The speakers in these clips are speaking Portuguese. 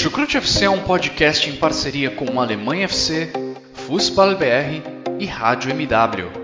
Chucrute FC é um podcast em parceria com Alemanha FC, Fußball BR e Rádio MW.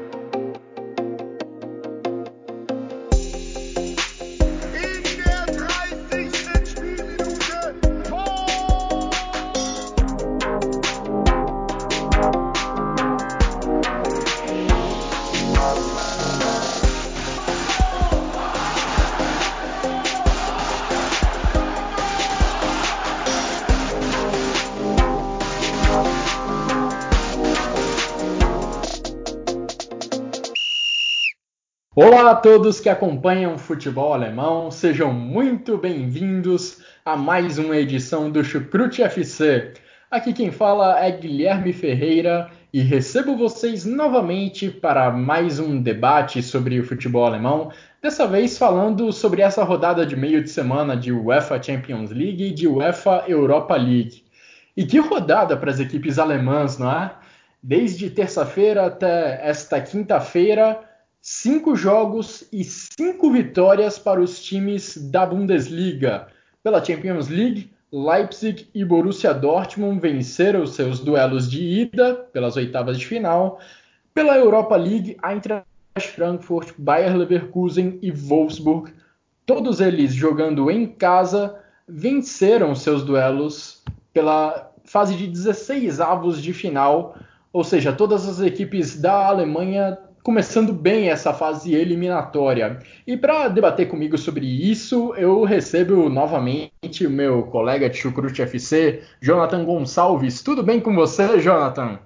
Olá a todos que acompanham o futebol alemão, sejam muito bem-vindos a mais uma edição do Chucrute FC. Aqui quem fala é Guilherme Ferreira e recebo vocês novamente para mais um debate sobre o futebol alemão, dessa vez falando sobre essa rodada de meio de semana de UEFA Champions League e de UEFA Europa League. E que rodada para as equipes alemãs, não é? Desde terça-feira até esta quinta-feira, 5 jogos e 5 vitórias para os times da Bundesliga. Pela Champions League, Leipzig e Borussia Dortmund venceram seus duelos de ida pelas oitavas de final. Pela Europa League, Eintracht Frankfurt, Bayer Leverkusen e Wolfsburg, todos eles jogando em casa, venceram seus duelos pela fase de 16avos de final, ou seja, todas as equipes da Alemanha começando bem essa fase eliminatória. E para debater comigo sobre isso, eu recebo novamente o meu colega de Chucrute FC, Jonathan Gonçalves. Tudo bem com você, Jonathan?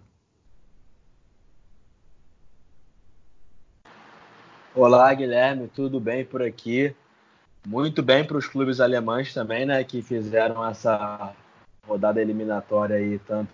Olá, Guilherme, tudo bem por aqui? Muito bem para os clubes alemães também, né, que fizeram essa rodada eliminatória aí, tanto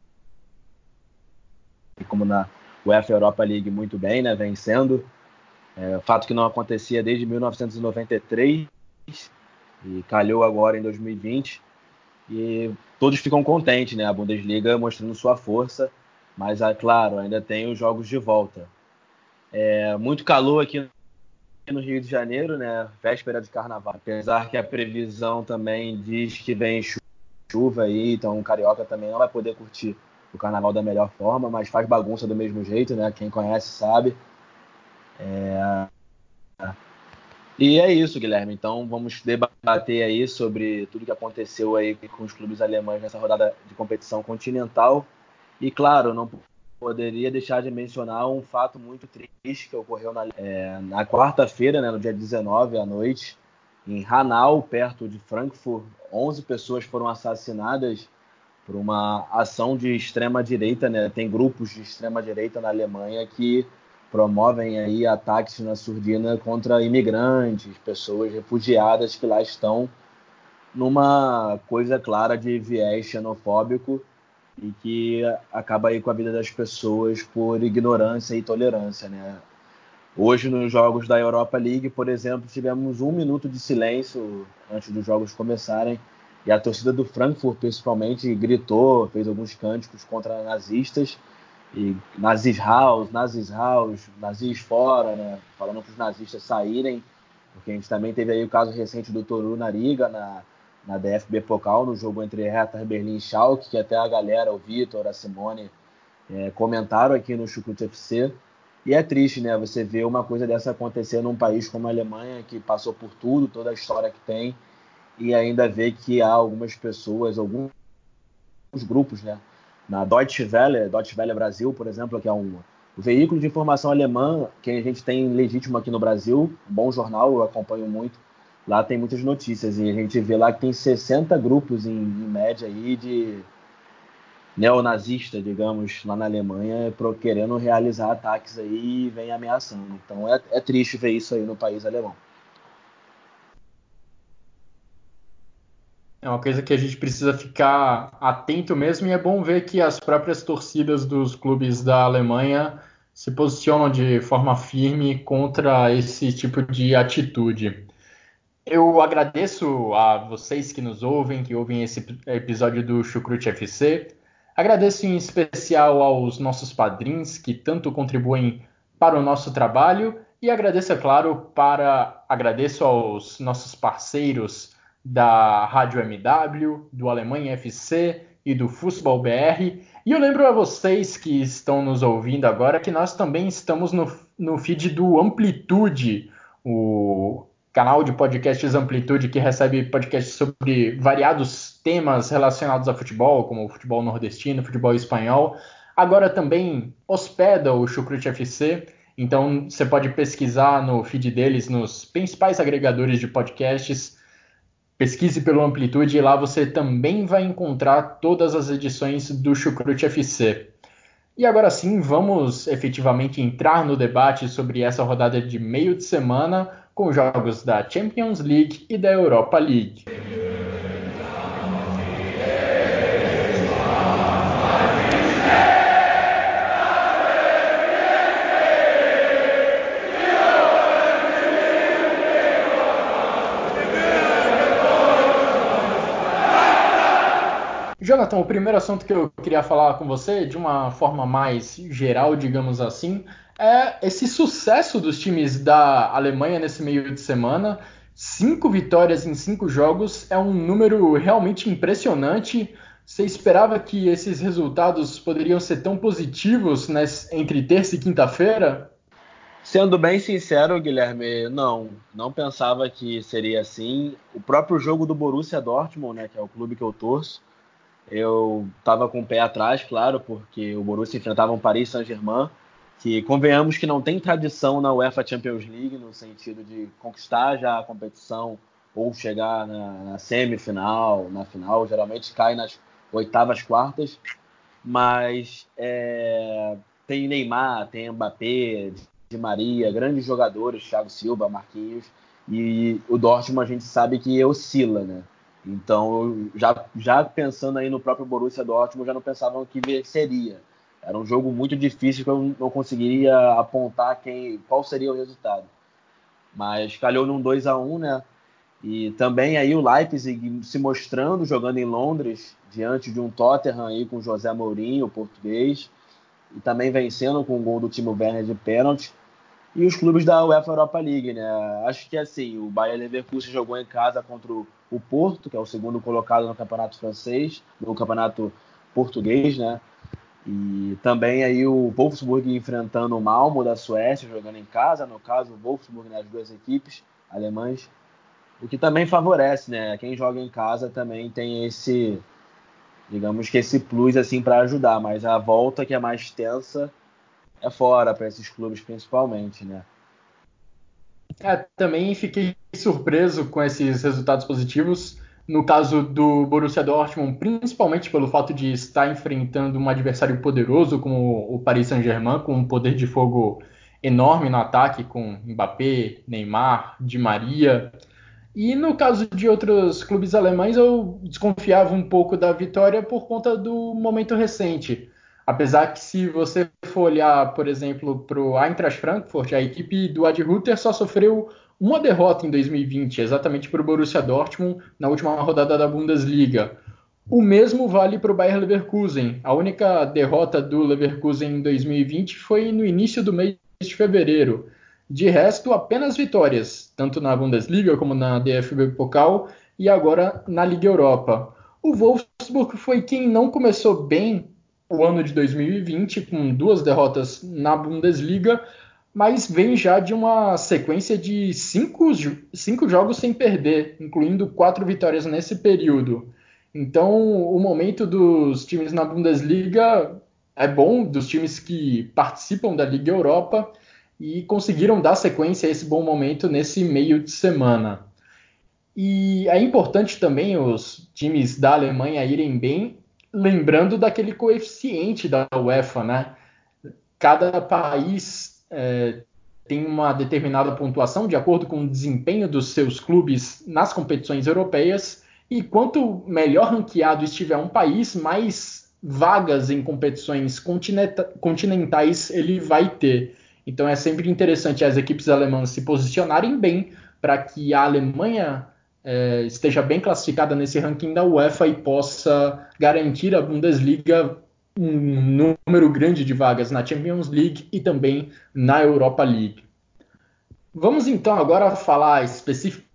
como na UEFA Europa League, muito bem, né, vencendo. Fato que não acontecia desde 1993 e calhou agora em 2020. E todos ficam contentes, né, a Bundesliga mostrando sua força, mas, claro, ainda tem os jogos de volta. Muito calor aqui no Rio de Janeiro, né? Véspera de Carnaval. Apesar que a previsão também diz que vem chuva aí, então o Carioca também não vai poder curtir o Carnaval da melhor forma, mas faz bagunça do mesmo jeito, né? Quem conhece sabe. E é isso, Guilherme. Então vamos debater aí sobre tudo que aconteceu aí com os clubes alemães nessa rodada de competição continental. E claro, não poderia deixar de mencionar um fato muito triste que ocorreu na quarta-feira, né, no dia 19 à noite, em Hanau, perto de Frankfurt. 11 pessoas foram assassinadas por uma ação de extrema-direita, né? Tem grupos de extrema-direita na Alemanha que promovem aí ataques na surdina contra imigrantes, pessoas refugiadas que lá estão, numa coisa clara de viés xenofóbico e que acaba aí com a vida das pessoas por ignorância e intolerância, né? Hoje, nos jogos da Europa League, por exemplo, tivemos 1 minuto de silêncio antes dos jogos começarem e a torcida do Frankfurt, principalmente, gritou, fez alguns cânticos contra nazistas e nazis house, nazis fora, né? Falando para os nazistas saírem, porque a gente também teve aí o caso recente do Toru Nariga na DFB Pokal, no jogo entre Hertha Berlim e Schalke, que até a galera, o Vitor, a Simone, comentaram aqui no Chucrute FC. E é triste, né? Você vê uma coisa dessa acontecer num país como a Alemanha, que passou por tudo, toda a história que tem, e ainda vê que há algumas pessoas, alguns grupos, né? Na Deutsche Welle Brasil, por exemplo, que é um veículo de informação alemã que a gente tem legítimo aqui no Brasil, um bom jornal, eu acompanho muito. Lá tem muitas notícias e a gente vê lá que tem 60 grupos em média aí de neonazista, digamos, lá na Alemanha, querendo realizar ataques aí e vem ameaçando. Então é triste ver isso aí no país alemão. É uma coisa que a gente precisa ficar atento mesmo, e é bom ver que as próprias torcidas dos clubes da Alemanha se posicionam de forma firme contra esse tipo de atitude. Eu agradeço a vocês que nos ouvem, que ouvem esse episódio do Chucrute FC. Agradeço em especial aos nossos padrinhos que tanto contribuem para o nosso trabalho, e agradeço, é claro, agradeço aos nossos parceiros da Rádio MW, do Alemanha FC e do Fußball BR. E eu lembro a vocês que estão nos ouvindo agora que nós também estamos no feed do Amplitude, o canal de podcasts Amplitude, que recebe podcasts sobre variados temas relacionados a futebol, como futebol nordestino, futebol espanhol. Agora também hospeda o Chucrute FC, então você pode pesquisar no feed deles nos principais agregadores de podcasts. Pesquise pelo Amplitude e lá você também vai encontrar todas as edições do Chucrute FC. E agora sim, vamos efetivamente entrar no debate sobre essa rodada de meio de semana com jogos da Champions League e da Europa League. Jonathan, o primeiro assunto que eu queria falar com você, de uma forma mais geral, digamos assim, é esse sucesso dos times da Alemanha nesse meio de semana. 5 vitórias em 5 jogos é um número realmente impressionante. Você esperava que esses resultados poderiam ser tão positivos entre terça e quinta-feira? Sendo bem sincero, Guilherme, não pensava que seria assim. O próprio jogo do Borussia Dortmund, né, que é o clube que eu torço, eu estava com o pé atrás, claro, porque o Borussia enfrentava um Paris Saint-Germain, que convenhamos que não tem tradição na UEFA Champions League, no sentido de conquistar já a competição ou chegar na semifinal, na final, geralmente cai nas oitavas, quartas, mas tem Neymar, tem Mbappé, Di Maria, grandes jogadores, Thiago Silva, Marquinhos, e o Dortmund a gente sabe que oscila, né? Então, já pensando aí no próprio Borussia Dortmund, já não pensavam que venceria. Era um jogo muito difícil que eu não conseguiria apontar qual seria o resultado. Mas calhou num 2-1, né? E também aí o Leipzig se mostrando, jogando em Londres, diante de um Tottenham aí com José Mourinho, o português, e também vencendo com o gol do Timo Werner de pênalti. E os clubes da UEFA Europa League, né? Acho que assim, o Bayer Leverkusen jogou em casa contra o Porto, que é o segundo colocado no campeonato francês, no campeonato português, né? E também aí o Wolfsburg enfrentando o Malmo da Suécia, jogando em casa, no caso o Wolfsburg, né, as duas equipes alemãs, o que também favorece, né? Quem joga em casa também tem esse, digamos que esse plus assim para ajudar, mas a volta que é mais tensa é fora para esses clubes principalmente, né? Também fiquei surpreso com esses resultados positivos. No caso do Borussia Dortmund, principalmente pelo fato de estar enfrentando um adversário poderoso como o Paris Saint-Germain, com um poder de fogo enorme no ataque, com Mbappé, Neymar, Di Maria. E no caso de outros clubes alemães, eu desconfiava um pouco da vitória por conta do momento recente. Apesar que se você for olhar, por exemplo, para o Eintracht Frankfurt, a equipe do Adi Hütter só sofreu uma derrota em 2020, exatamente para o Borussia Dortmund, na última rodada da Bundesliga. O mesmo vale para o Bayer Leverkusen. A única derrota do Leverkusen em 2020 foi no início do mês de fevereiro. De resto, apenas vitórias, tanto na Bundesliga como na DFB Pokal e agora na Liga Europa. O Wolfsburg foi quem não começou bem o ano de 2020, com 2 derrotas na Bundesliga, mas vem já de uma sequência de 5 jogos sem perder, incluindo 4 vitórias nesse período. Então, o momento dos times na Bundesliga é bom, dos times que participam da Liga Europa, e conseguiram dar sequência a esse bom momento nesse meio de semana. E é importante também os times da Alemanha irem bem, lembrando daquele coeficiente da UEFA, né? Cada país tem uma determinada pontuação de acordo com o desempenho dos seus clubes nas competições europeias, e quanto melhor ranqueado estiver um país, mais vagas em competições continentais ele vai ter. Então é sempre interessante as equipes alemãs se posicionarem bem para que a Alemanha esteja bem classificada nesse ranking da UEFA e possa garantir à Bundesliga um número grande de vagas na Champions League e também na Europa League. Vamos então agora falar especificamente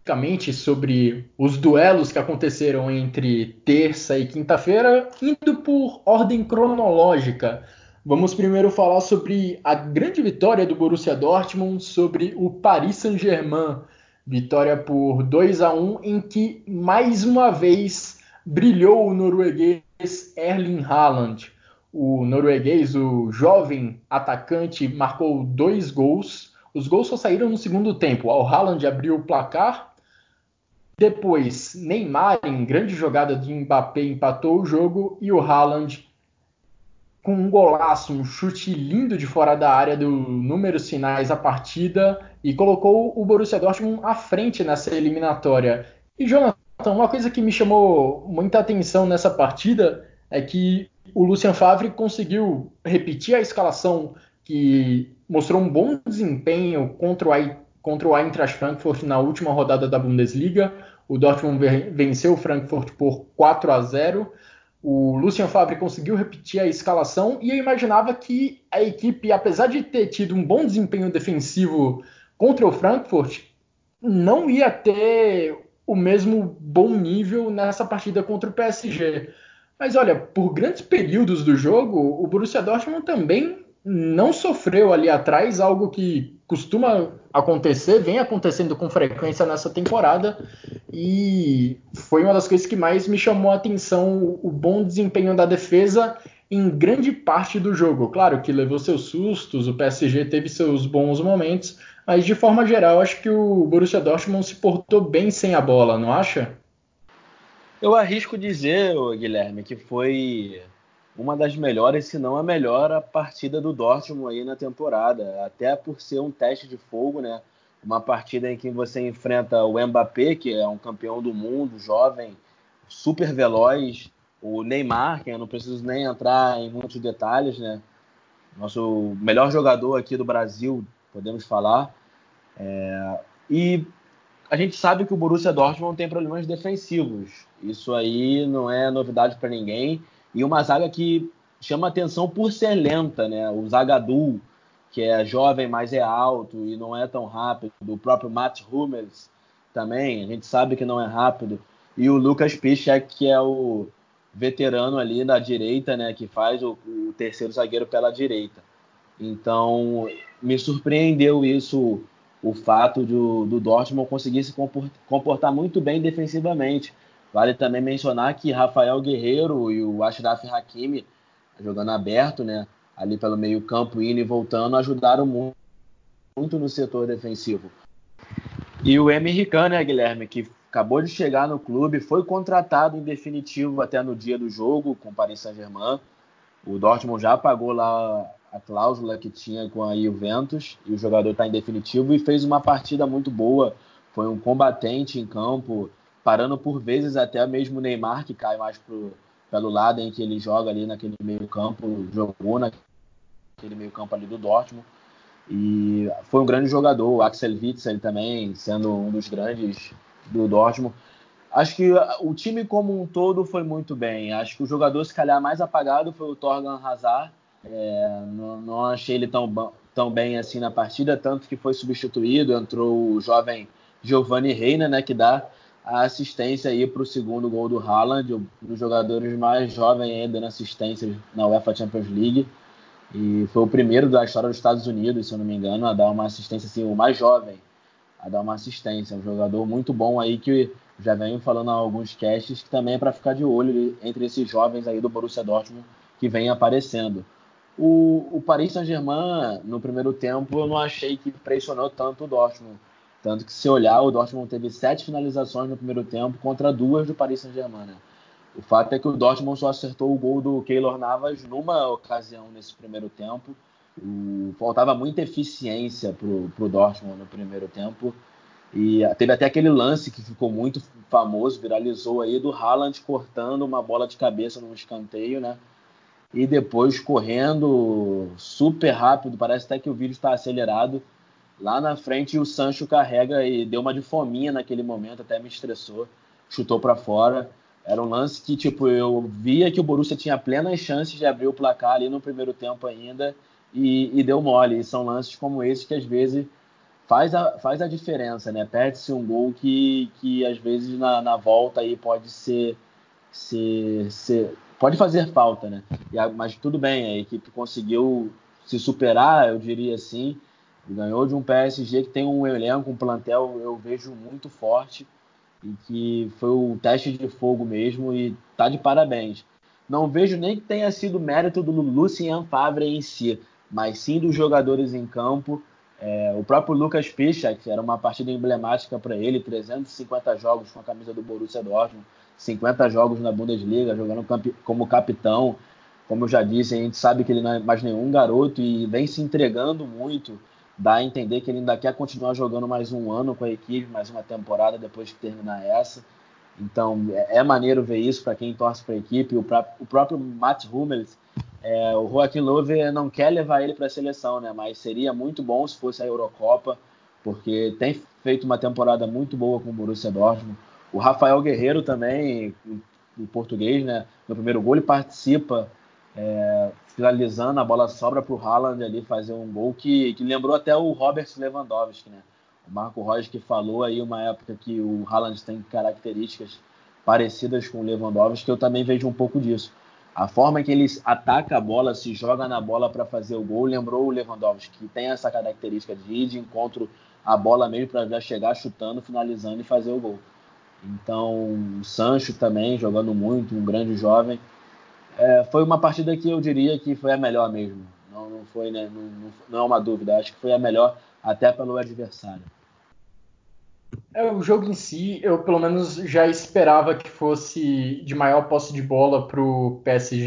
especificamente sobre os duelos que aconteceram entre terça e quinta-feira, indo por ordem cronológica. Vamos primeiro falar sobre a grande vitória do Borussia Dortmund sobre o Paris Saint-Germain. Vitória por 2-1, em que mais uma vez brilhou o norueguês Erling Haaland. O norueguês, o jovem atacante, marcou 2 gols. Os gols só saíram no segundo tempo. O Haaland abriu o placar. Depois, Neymar, em grande jogada de Mbappé, empatou o jogo. E o Haaland, com um golaço, um chute lindo de fora da área, deu números finais à partida e colocou o Borussia Dortmund à frente nessa eliminatória. E, Jonathan, uma coisa que me chamou muita atenção nessa partida é que o Lucien Favre conseguiu repetir a escalação que mostrou um bom desempenho contra o Eintracht Frankfurt na última rodada da Bundesliga. O Dortmund venceu o Frankfurt por 4-0. O Lucien Favre conseguiu repetir a escalação e eu imaginava que a equipe, apesar de ter tido um bom desempenho defensivo contra o Frankfurt, não ia ter o mesmo bom nível nessa partida contra o PSG. Mas olha, por grandes períodos do jogo, o Borussia Dortmund também não sofreu ali atrás, algo que costuma acontecer, vem acontecendo com frequência nessa temporada, e foi uma das coisas que mais me chamou a atenção, o bom desempenho da defesa em grande parte do jogo. Claro que levou seus sustos, o PSG teve seus bons momentos, mas de forma geral acho que o Borussia Dortmund se portou bem sem a bola, não acha? Eu arrisco dizer, Guilherme, que foi uma das melhores, se não a melhor, a partida do Dortmund aí na temporada. Até por ser um teste de fogo, né? Uma partida em que você enfrenta o Mbappé, que é um campeão do mundo, jovem, super veloz. O Neymar, que eu não preciso nem entrar em muitos detalhes, né? Nosso melhor jogador aqui do Brasil, podemos falar. E a gente sabe que o Borussia Dortmund tem problemas defensivos. Isso aí não é novidade para ninguém. E uma zaga que chama atenção por ser lenta, né? O Zagadou, que é jovem, mas é alto e não é tão rápido. O próprio Mats Hummels também, a gente sabe que não é rápido. E o Lucas Piszczek, que é o veterano ali da direita, né? Que faz o terceiro zagueiro pela direita. Então, me surpreendeu isso, o fato do Dortmund conseguir se comportar muito bem defensivamente. Vale também mencionar que Rafael Guerreiro e o Achraf Hakimi, jogando aberto, né, ali pelo meio campo, indo e voltando, ajudaram muito no setor defensivo. E o Emre Can, né, Guilherme, que acabou de chegar no clube, foi contratado em definitivo até no dia do jogo com o Paris Saint-Germain. O Dortmund já pagou lá a cláusula que tinha com a Juventus e o jogador está em definitivo e fez uma partida muito boa. Foi um combatente em campo, parando por vezes até mesmo o Neymar, que cai mais pelo lado em que ele joga ali naquele meio campo, jogou naquele meio campo ali do Dortmund. E foi um grande jogador, o Axel Witsel também, sendo um dos grandes do Dortmund. Acho que o time como um todo foi muito bem. Acho que o jogador, se calhar, mais apagado foi o Thorgan Hazard. Não achei ele tão bem assim na partida, tanto que foi substituído. Entrou o jovem Giovanni Reina, né, que dá a assistência aí para o segundo gol do Haaland, um dos jogadores mais jovens ainda na assistência na UEFA Champions League. E foi o primeiro da história dos Estados Unidos, se eu não me engano, a dar uma assistência, assim, o mais jovem a dar uma assistência. Um jogador muito bom aí que já venho falando há alguns casts, que também é para ficar de olho entre esses jovens aí do Borussia Dortmund que vem aparecendo. O Paris Saint-Germain, no primeiro tempo, eu não achei que pressionou tanto o Dortmund. Tanto que, se olhar, o Dortmund teve 7 finalizações no primeiro tempo contra 2 do Paris Saint-Germain, né? O fato é que o Dortmund só acertou o gol do Keylor Navas numa ocasião nesse primeiro tempo. Faltava muita eficiência pro Dortmund no primeiro tempo. E teve até aquele lance que ficou muito famoso, viralizou aí, do Haaland cortando uma bola de cabeça num escanteio, né? E depois correndo super rápido, parece até que o vídeo está acelerado. Lá na frente o Sancho carrega e deu uma de fominha naquele momento, até me estressou, chutou para fora. Era um lance que, tipo, eu via que o Borussia tinha plenas chances de abrir o placar ali no primeiro tempo ainda e deu mole. E são lances como esses que às vezes faz a diferença, né? Perde-se um gol que às vezes na volta aí pode pode fazer falta, né? Mas tudo bem, a equipe conseguiu se superar, eu diria assim, ganhou de um PSG que tem um elenco, um plantel, eu vejo muito forte, e que foi um teste de fogo mesmo, e tá de parabéns. Não vejo nem que tenha sido mérito do Lucien Favre em si, mas sim dos jogadores em campo. O próprio Lucas Piszczek, era uma partida emblemática para ele, 350 jogos com a camisa do Borussia Dortmund, 50 jogos na Bundesliga, jogando como capitão. Como eu já disse, a gente sabe que ele não é mais nenhum garoto e vem se entregando muito. Dá a entender que ele ainda quer continuar jogando mais um ano com a equipe, mais uma temporada depois que terminar essa. Então, é maneiro ver isso para quem torce para a equipe. O próprio Mats Hummels, o Joachim Löw não quer levar ele para a seleção, né? Mas seria muito bom se fosse a Eurocopa, porque tem feito uma temporada muito boa com o Borussia Dortmund. O Rafael Guerreiro também, o português, né? No primeiro gol ele participa, finalizando, a bola sobra para o Haaland ali fazer um gol que lembrou até o Robert Lewandowski, né? O Marco Reus que falou aí uma época que o Haaland tem características parecidas com o Lewandowski, que eu também vejo um pouco disso. A forma que ele ataca a bola, se joga na bola para fazer o gol, lembrou o Lewandowski, que tem essa característica de ir de encontro à bola mesmo para já chegar chutando, finalizando e fazer o gol. Então, o Sancho também jogando muito, um grande jovem. Foi uma partida que eu diria que foi a melhor mesmo. Não foi, né? Não é uma dúvida. Acho que foi a melhor até pelo adversário. O jogo em si, eu pelo menos já esperava que fosse de maior posse de bola para o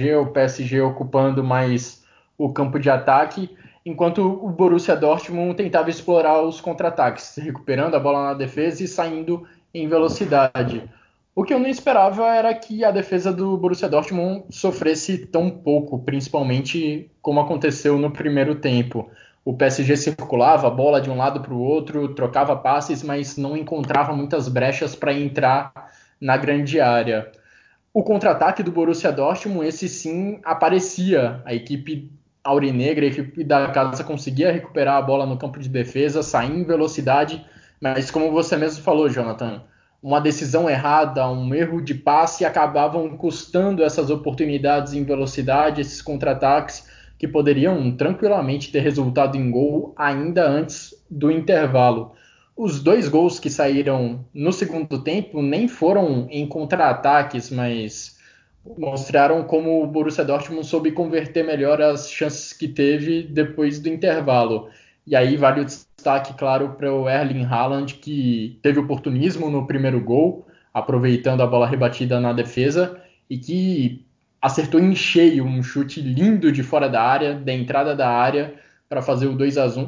PSG ocupando mais o campo de ataque, enquanto o Borussia Dortmund tentava explorar os contra-ataques, recuperando a bola na defesa e saindo em velocidade. O que eu não esperava era que a defesa do Borussia Dortmund sofresse tão pouco, principalmente como aconteceu no primeiro tempo. O PSG circulava a bola de um lado para o outro, trocava passes, mas não encontrava muitas brechas para entrar na grande área. O contra-ataque do Borussia Dortmund, esse sim, aparecia. A equipe aurinegra, a equipe da casa conseguia recuperar a bola no campo de defesa, sair em velocidade, mas como você mesmo falou, Jonathan, uma decisão errada, um erro de passe acabavam custando essas oportunidades em velocidade, esses contra-ataques que poderiam tranquilamente ter resultado em gol ainda antes do intervalo. Os dois gols que saíram no segundo tempo nem foram em contra-ataques, mas mostraram como o Borussia Dortmund soube converter melhor as chances que teve depois do intervalo. E aí vale o destaque, claro, para o Erling Haaland, que teve oportunismo no primeiro gol, aproveitando a bola rebatida na defesa, e que acertou em cheio um chute lindo de fora da área, da entrada da área, para fazer o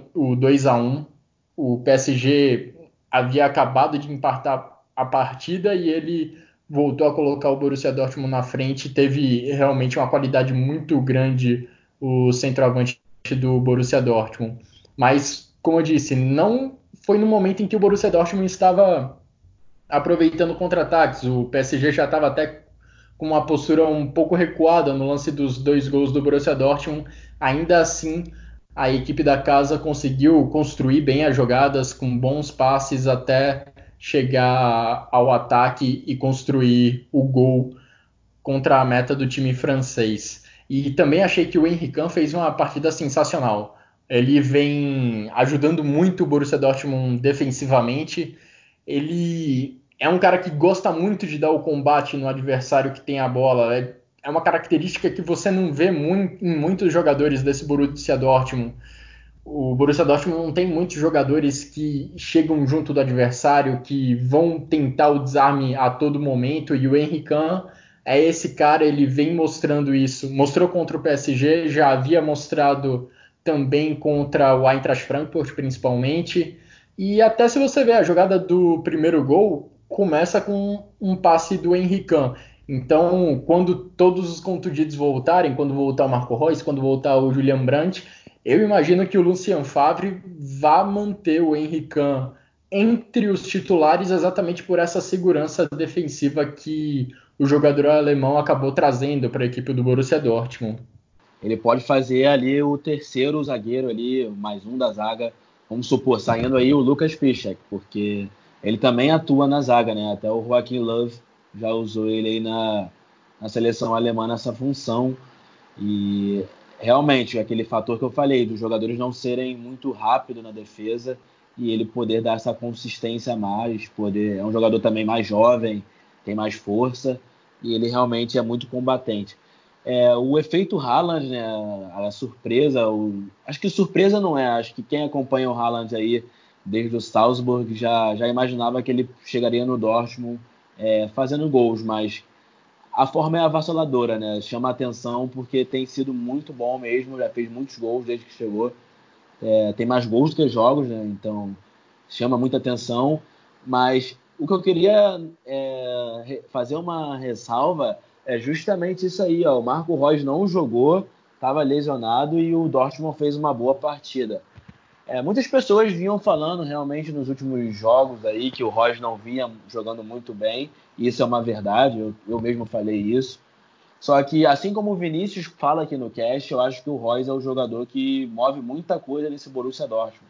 2-1. O PSG havia acabado de empatar a partida e ele voltou a colocar o Borussia Dortmund na frente. Teve realmente uma qualidade muito grande o centroavante do Borussia Dortmund. Mas, como eu disse, não foi no momento em que o Borussia Dortmund estava aproveitando contra-ataques. O PSG já estava até com uma postura um pouco recuada no lance dos dois gols do Borussia Dortmund. Ainda assim, a equipe da casa conseguiu construir bem as jogadas com bons passes até chegar ao ataque e construir o gol contra a meta do time francês. E também achei que o Henrique fez uma partida sensacional. Ele vem ajudando muito o Borussia Dortmund defensivamente. Ele é um cara que gosta muito de dar o combate no adversário que tem a bola. É uma característica que você não vê em muitos jogadores desse Borussia Dortmund. O Borussia Dortmund não tem muitos jogadores que chegam junto do adversário, que vão tentar o desarme a todo momento, e o Henrique é esse cara, ele vem mostrando isso. Mostrou contra o PSG, já havia mostrado também contra o Eintracht Frankfurt, principalmente. E até se você ver a jogada do primeiro gol, começa com um passe do Henrique. Então, quando todos os contundidos voltarem, quando voltar o Marco Reus, quando voltar o Julian Brandt, eu imagino que o Lucien Favre vá manter o Henrique entre os titulares exatamente por essa segurança defensiva que o jogador alemão acabou trazendo para a equipe do Borussia Dortmund. Ele pode fazer ali o terceiro zagueiro ali, mais um da zaga, vamos supor, saindo aí o Lucas Piszczek, porque ele também atua na zaga, né? Até o Joachim Löw já usou ele aí na seleção alemã nessa função. E realmente, aquele fator que eu falei, dos jogadores não serem muito rápidos na defesa e ele poder dar essa consistência a mais, é um jogador também mais jovem, tem mais força e ele realmente é muito combatente. O efeito Haaland, né, a surpresa, acho que surpresa não é, acho que quem acompanha o Haaland aí desde o Salzburg já imaginava que ele chegaria no Dortmund fazendo gols, mas a forma é avassaladora, né? Chama a atenção porque tem sido muito bom mesmo, já fez muitos gols desde que chegou. Tem mais gols do que jogos, né? Então chama muita atenção. Mas o que eu queria fazer uma ressalva é justamente isso aí, ó. O Marco Reus não jogou, estava lesionado e o Dortmund fez uma boa partida. Muitas pessoas vinham falando realmente nos últimos jogos aí que o Reus não vinha jogando muito bem, e isso é uma verdade, eu mesmo falei isso. Só que, assim como o Vinícius fala aqui no cast, eu acho que o Reus é o jogador que move muita coisa nesse Borussia Dortmund.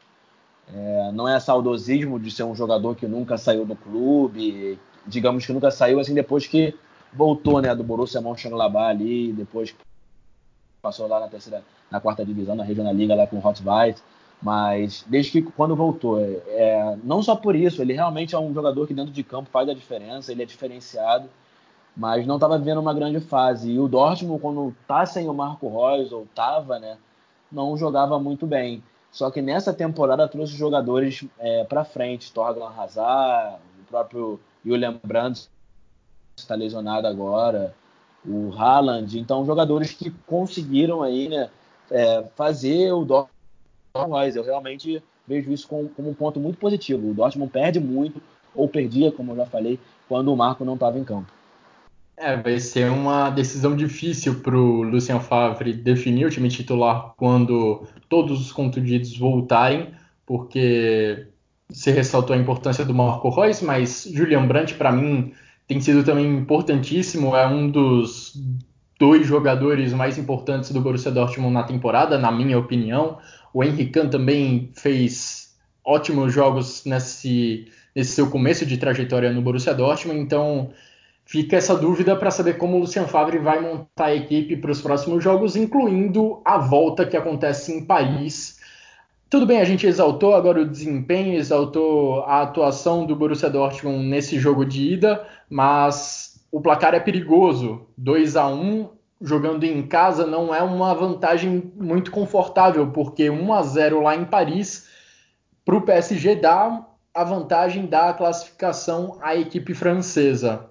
Não é saudosismo de ser um jogador que nunca saiu do clube, digamos que nunca saiu assim depois que voltou, né, do Borussia Mönchengladbach ali, depois que passou lá na quarta divisão, na Regional Liga lá com o Hotweiss, mas desde que quando voltou, não só por isso, ele realmente é um jogador que dentro de campo faz a diferença, ele é diferenciado, mas não estava vivendo uma grande fase. E o Dortmund, quando tá sem o Marco Reus, ou tava, né, não jogava muito bem. Só que nessa temporada trouxe jogadores para frente, Thorgan Hazard, o próprio Julian Brandt está lesionado agora, o Haaland, então jogadores que conseguiram aí, né, fazer o Dortmund. Eu realmente vejo isso como um ponto muito positivo. O Dortmund perde muito, ou perdia, como eu já falei, quando o Marco não estava em campo. Vai ser uma decisão difícil para o Lucien Favre definir o time titular quando todos os contundidos voltarem, porque você ressaltou a importância do Marco Reus, mas Julian Brandt, para mim, tem sido também importantíssimo, é um dos 2 jogadores mais importantes do Borussia Dortmund na temporada, na minha opinião. O Henry Kahn também fez ótimos jogos nesse seu começo de trajetória no Borussia Dortmund, então fica essa dúvida para saber como o Lucien Favre vai montar a equipe para os próximos jogos, incluindo a volta que acontece em Paris. Tudo bem, a gente exaltou agora o desempenho, exaltou a atuação do Borussia Dortmund nesse jogo de ida, mas o placar é perigoso. 2-1, jogando em casa, não é uma vantagem muito confortável, porque 1-0 lá em Paris, para o PSG, dá a vantagem da classificação à equipe francesa.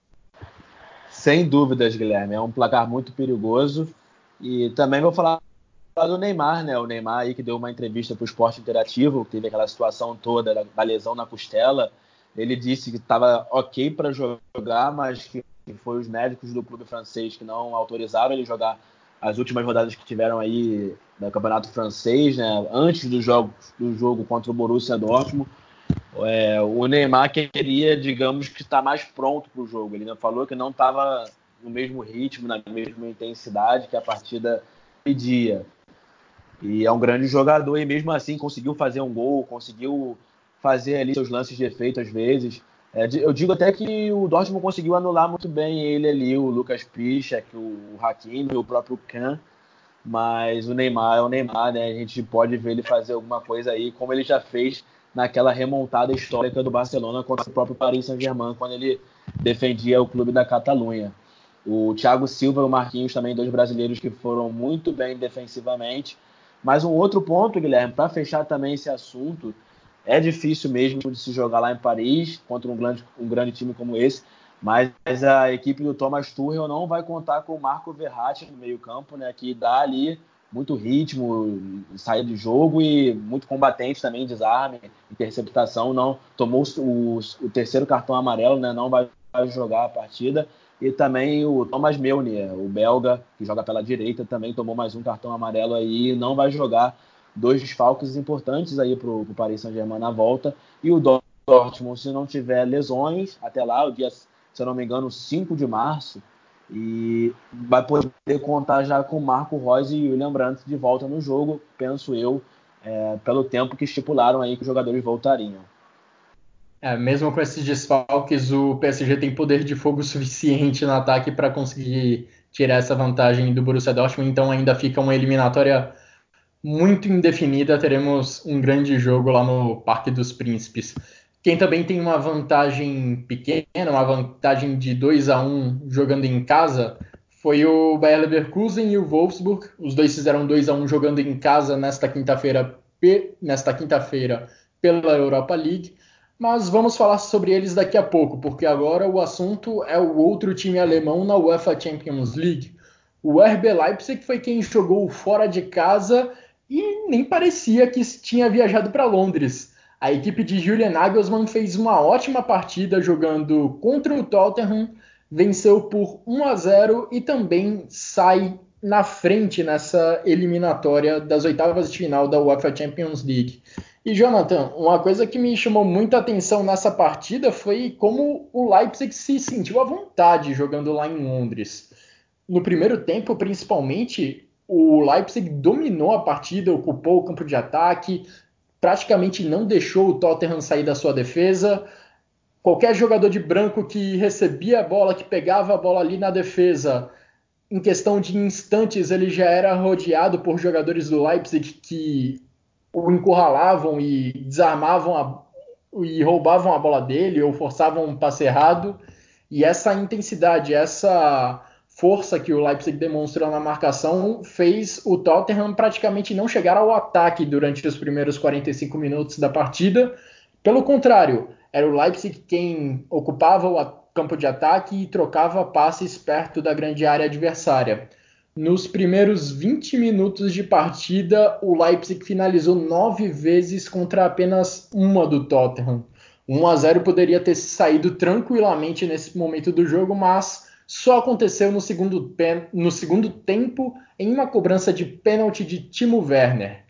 Sem dúvidas, Guilherme. É um placar muito perigoso. E também vou falar do Neymar, né? O Neymar aí que deu uma entrevista para o Esporte Interativo, que teve aquela situação toda da lesão na costela. Ele disse que estava ok para jogar, mas que foi os médicos do clube francês que não autorizaram ele jogar as últimas rodadas que tiveram aí no Campeonato Francês, né? Antes do jogo contra o Borussia Dortmund. O Neymar queria, digamos, que está mais pronto para o jogo. Ele falou que não estava no mesmo ritmo, na mesma intensidade que a partida pedia. E é um grande jogador e mesmo assim conseguiu fazer um gol, conseguiu fazer ali seus lances de efeito às vezes. Eu digo até que o Dortmund conseguiu anular muito bem ele ali, o Lucas Piszczek, o Hakimi, o próprio Kahn. Mas o Neymar é o Neymar, né? A gente pode ver ele fazer alguma coisa aí, como ele já fez naquela remontada histórica do Barcelona contra o próprio Paris Saint-Germain, quando ele defendia o clube da Catalunha. O Thiago Silva e o Marquinhos também, 2 brasileiros que foram muito bem defensivamente. Mas um outro ponto, Guilherme, para fechar também esse assunto, é difícil mesmo de se jogar lá em Paris contra um grande time como esse, mas a equipe do Thomas Tuchel não vai contar com o Marco Verratti no meio-campo, né, que dá ali muito ritmo, saída de jogo e muito combatente também, desarme, interceptação. Não tomou o terceiro cartão amarelo, né, não vai jogar a partida. E também o Thomas Meunier, o belga, que joga pela direita, também tomou mais um cartão amarelo aí e não vai jogar. 2 desfalques importantes aí para o Paris Saint-Germain na volta. E o Dortmund, se não tiver lesões, até lá, o dia, se eu não me engano, 5 de março, e vai poder contar já com Marco Reus e Julian Brandt de volta no jogo, penso eu. pelo tempo que estipularam aí que os jogadores voltariam. Mesmo com esses desfalques, o PSG tem poder de fogo suficiente no ataque para conseguir tirar essa vantagem do Borussia Dortmund, então ainda fica uma eliminatória muito indefinida. Teremos um grande jogo lá no Parque dos Príncipes. Quem também tem uma vantagem pequena, uma vantagem de 2-1 jogando em casa, foi o Bayer Leverkusen e o Wolfsburg. Os dois fizeram 2-1 jogando em casa nesta quinta-feira pela Europa League. Mas vamos falar sobre eles daqui a pouco, porque agora o assunto é o outro time alemão na UEFA Champions League. O RB Leipzig foi quem jogou fora de casa e nem parecia que tinha viajado para Londres. A equipe de Julian Nagelsmann fez uma ótima partida jogando contra o Tottenham, venceu por 1-0 e também sai na frente nessa eliminatória das oitavas de final da UEFA Champions League. E, Jonathan, uma coisa que me chamou muita atenção nessa partida foi como o Leipzig se sentiu à vontade jogando lá em Londres. No primeiro tempo, principalmente, o Leipzig dominou a partida, ocupou o campo de ataque, praticamente não deixou o Tottenham sair da sua defesa. Qualquer jogador de branco que recebia a bola, que pegava a bola ali na defesa, em questão de instantes ele já era rodeado por jogadores do Leipzig que o encurralavam e desarmavam e roubavam a bola dele ou forçavam um passe errado. E essa intensidade, essa força que o Leipzig demonstrou na marcação fez o Tottenham praticamente não chegar ao ataque durante os primeiros 45 minutos da partida. Pelo contrário, era o Leipzig quem ocupava o campo de ataque e trocava passes perto da grande área adversária. Nos primeiros 20 minutos de partida, o Leipzig finalizou 9 vezes contra apenas uma do Tottenham. 1-0 poderia ter saído tranquilamente nesse momento do jogo, mas só aconteceu no segundo tempo em uma cobrança de pênalti de Timo Werner.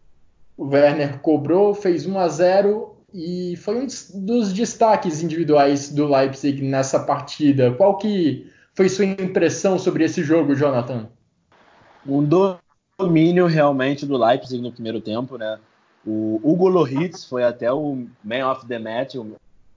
O Werner cobrou, fez 1-0 e foi um dos destaques individuais do Leipzig nessa partida. Qual que foi sua impressão sobre esse jogo, Jonathan? Um domínio realmente do Leipzig no primeiro tempo, né? O Hugo Lloris foi até o Man of the Match, o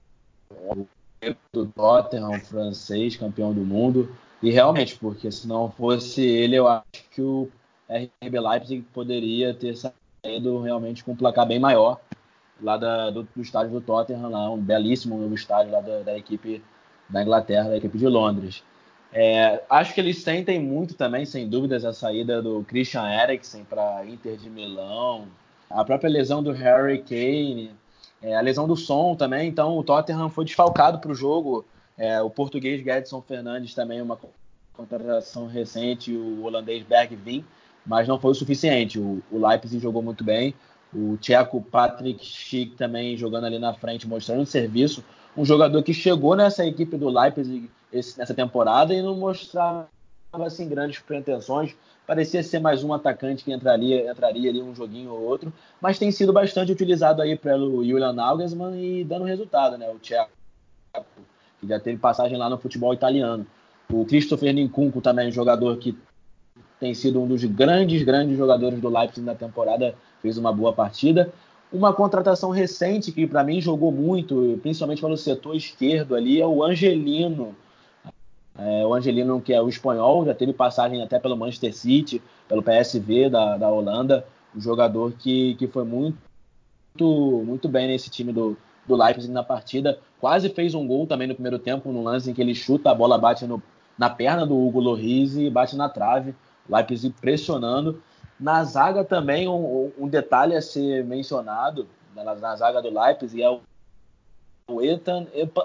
do Tottenham, francês, campeão do mundo. E realmente, porque se não fosse ele, eu acho que o RB Leipzig poderia ter saído realmente com um placar bem maior lá do estádio do Tottenham, lá, um belíssimo novo estádio lá da equipe da Inglaterra, da equipe de Londres. Acho que eles sentem muito também, sem dúvidas, a saída do Christian Eriksen para Inter de Milão, a própria lesão do Harry Kane, a lesão do Son também. Então o Tottenham foi desfalcado para o jogo. O português Gedson Fernandes também, uma contratação recente, o holandês Bergwijn, mas não foi o suficiente. O Leipzig jogou muito bem. O tcheco Patrick Schick também jogando ali na frente, mostrando serviço. Um jogador que chegou nessa equipe do Leipzig nessa temporada e não mostrava assim, grandes pretensões. Parecia ser mais um atacante que entraria ali um joguinho ou outro, mas tem sido bastante utilizado aí pelo Julian Nagelsmann e dando resultado, né? O tcheco, que já teve passagem lá no futebol italiano. O Christopher Nkunku também, um jogador que tem sido um dos grandes jogadores do Leipzig na temporada, fez uma boa partida. Uma contratação recente que para mim jogou muito, principalmente pelo setor esquerdo ali, é o Angelino. O Angelino, que é o espanhol, já teve passagem até pelo Manchester City, pelo PSV da Holanda, um jogador que foi muito bem nesse time do Leipzig na partida. Quase fez um gol também no primeiro tempo, num lance em que ele chuta, a bola bate na perna do Hugo Lloris e bate na trave. O Leipzig pressionando. Na zaga também, um detalhe a ser mencionado, na zaga do Leipzig, é o Ethan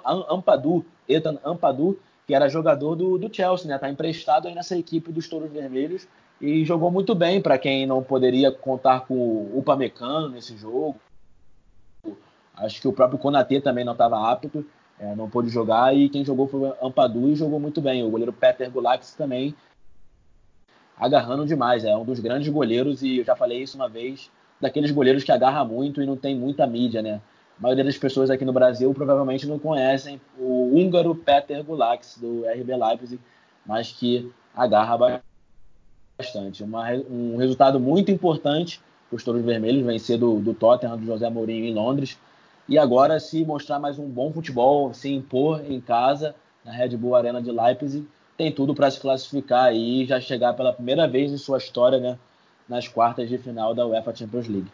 Ampadu, que era jogador do Chelsea, né? Tá emprestado aí nessa equipe dos Touros Vermelhos e jogou muito bem para quem não poderia contar com o Upamecano nesse jogo. Acho que o próprio Konaté também não estava apto, não pôde jogar, e quem jogou foi o Ampadu e jogou muito bem. O goleiro Peter Gulacsi também agarrando demais, é um dos grandes goleiros, e eu já falei isso uma vez, daqueles goleiros que agarra muito e não tem muita mídia, né? A maioria das pessoas aqui no Brasil provavelmente não conhecem o húngaro Peter Gulacsi, do RB Leipzig, mas que agarra bastante. Um resultado muito importante os touros vermelhos, vencer do Tottenham, do José Mourinho em Londres. E agora, se mostrar mais um bom futebol, se impor em casa, na Red Bull Arena de Leipzig, tem tudo para se classificar e já chegar pela primeira vez em sua história, né, nas quartas de final da UEFA Champions League.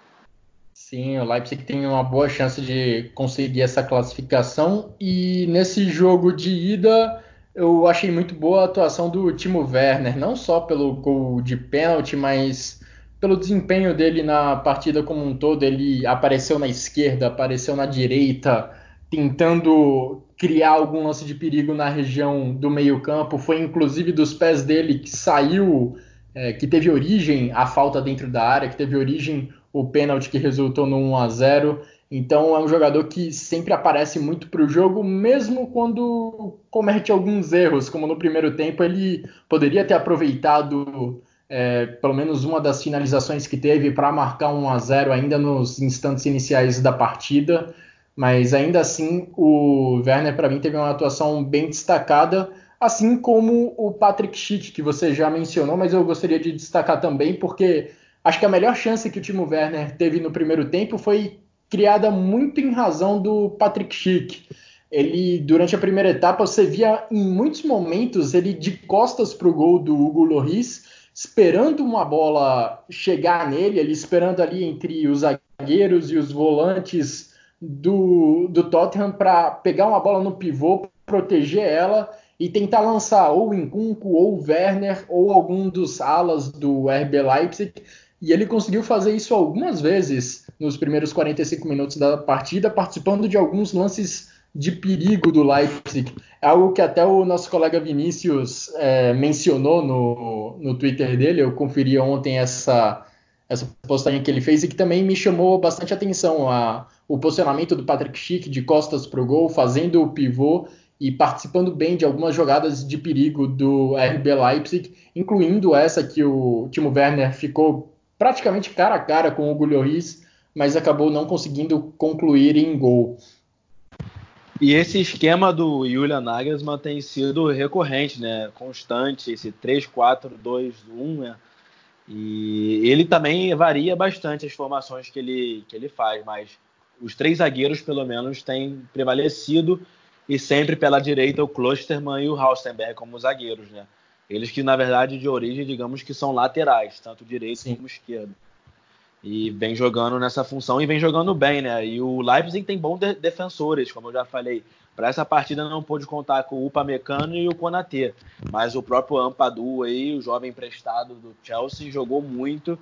Sim, o Leipzig tem uma boa chance de conseguir essa classificação. E nesse jogo de ida, eu achei muito boa a atuação do Timo Werner, não só pelo gol de pênalti, mas pelo desempenho dele na partida como um todo. Ele apareceu na esquerda, apareceu na direita, tentando criar algum lance de perigo na região do meio-campo. Foi inclusive dos pés dele que saiu, que teve origem a falta dentro da área, que teve origem o pênalti que resultou no 1-0. Então é um jogador que sempre aparece muito para o jogo, mesmo quando comete alguns erros, como no primeiro tempo ele poderia ter aproveitado pelo menos uma das finalizações que teve para marcar 1-0 ainda nos instantes iniciais da partida, mas ainda assim o Werner para mim teve uma atuação bem destacada, assim como o Patrick Schick, que você já mencionou, mas eu gostaria de destacar também porque acho que a melhor chance que o Timo Werner teve no primeiro tempo foi criada muito em razão do Patrick Schick. Ele, durante a primeira etapa, você via em muitos momentos ele de costas para o gol do Hugo Lloris, esperando uma bola chegar nele, ele esperando ali entre os zagueiros e os volantes do Tottenham para pegar uma bola no pivô, proteger ela e tentar lançar ou o Nkunku, ou o Werner, ou algum dos alas do RB Leipzig. E ele conseguiu fazer isso algumas vezes nos primeiros 45 minutos da partida, participando de alguns lances de perigo do Leipzig. É algo que até o nosso colega Vinícius mencionou no Twitter dele. Eu conferi ontem essa postagem que ele fez e que também me chamou bastante atenção. O posicionamento do Patrick Schick de costas para o gol, fazendo o pivô e participando bem de algumas jogadas de perigo do RB Leipzig, incluindo essa que o Timo Werner ficou praticamente cara a cara com o Hugo Lloris, mas acabou não conseguindo concluir em gol. E esse esquema do Julian Nagelsmann tem sido recorrente, né? Constante, esse 3-4-2-1, né? E ele também varia bastante as formações que ele faz, mas os três zagueiros, pelo menos, têm prevalecido e sempre pela direita o Klostermann e o Halstenberg como zagueiros, né? Eles que, na verdade, de origem, digamos que são laterais, tanto direito Sim. como esquerdo. E vem jogando nessa função e vem jogando bem, né? E o Leipzig tem bons defensores, como eu já falei. Para essa partida não pôde contar com o Upamecano e o Konaté, mas o próprio Ampadu aí, o jovem emprestado do Chelsea, jogou muito.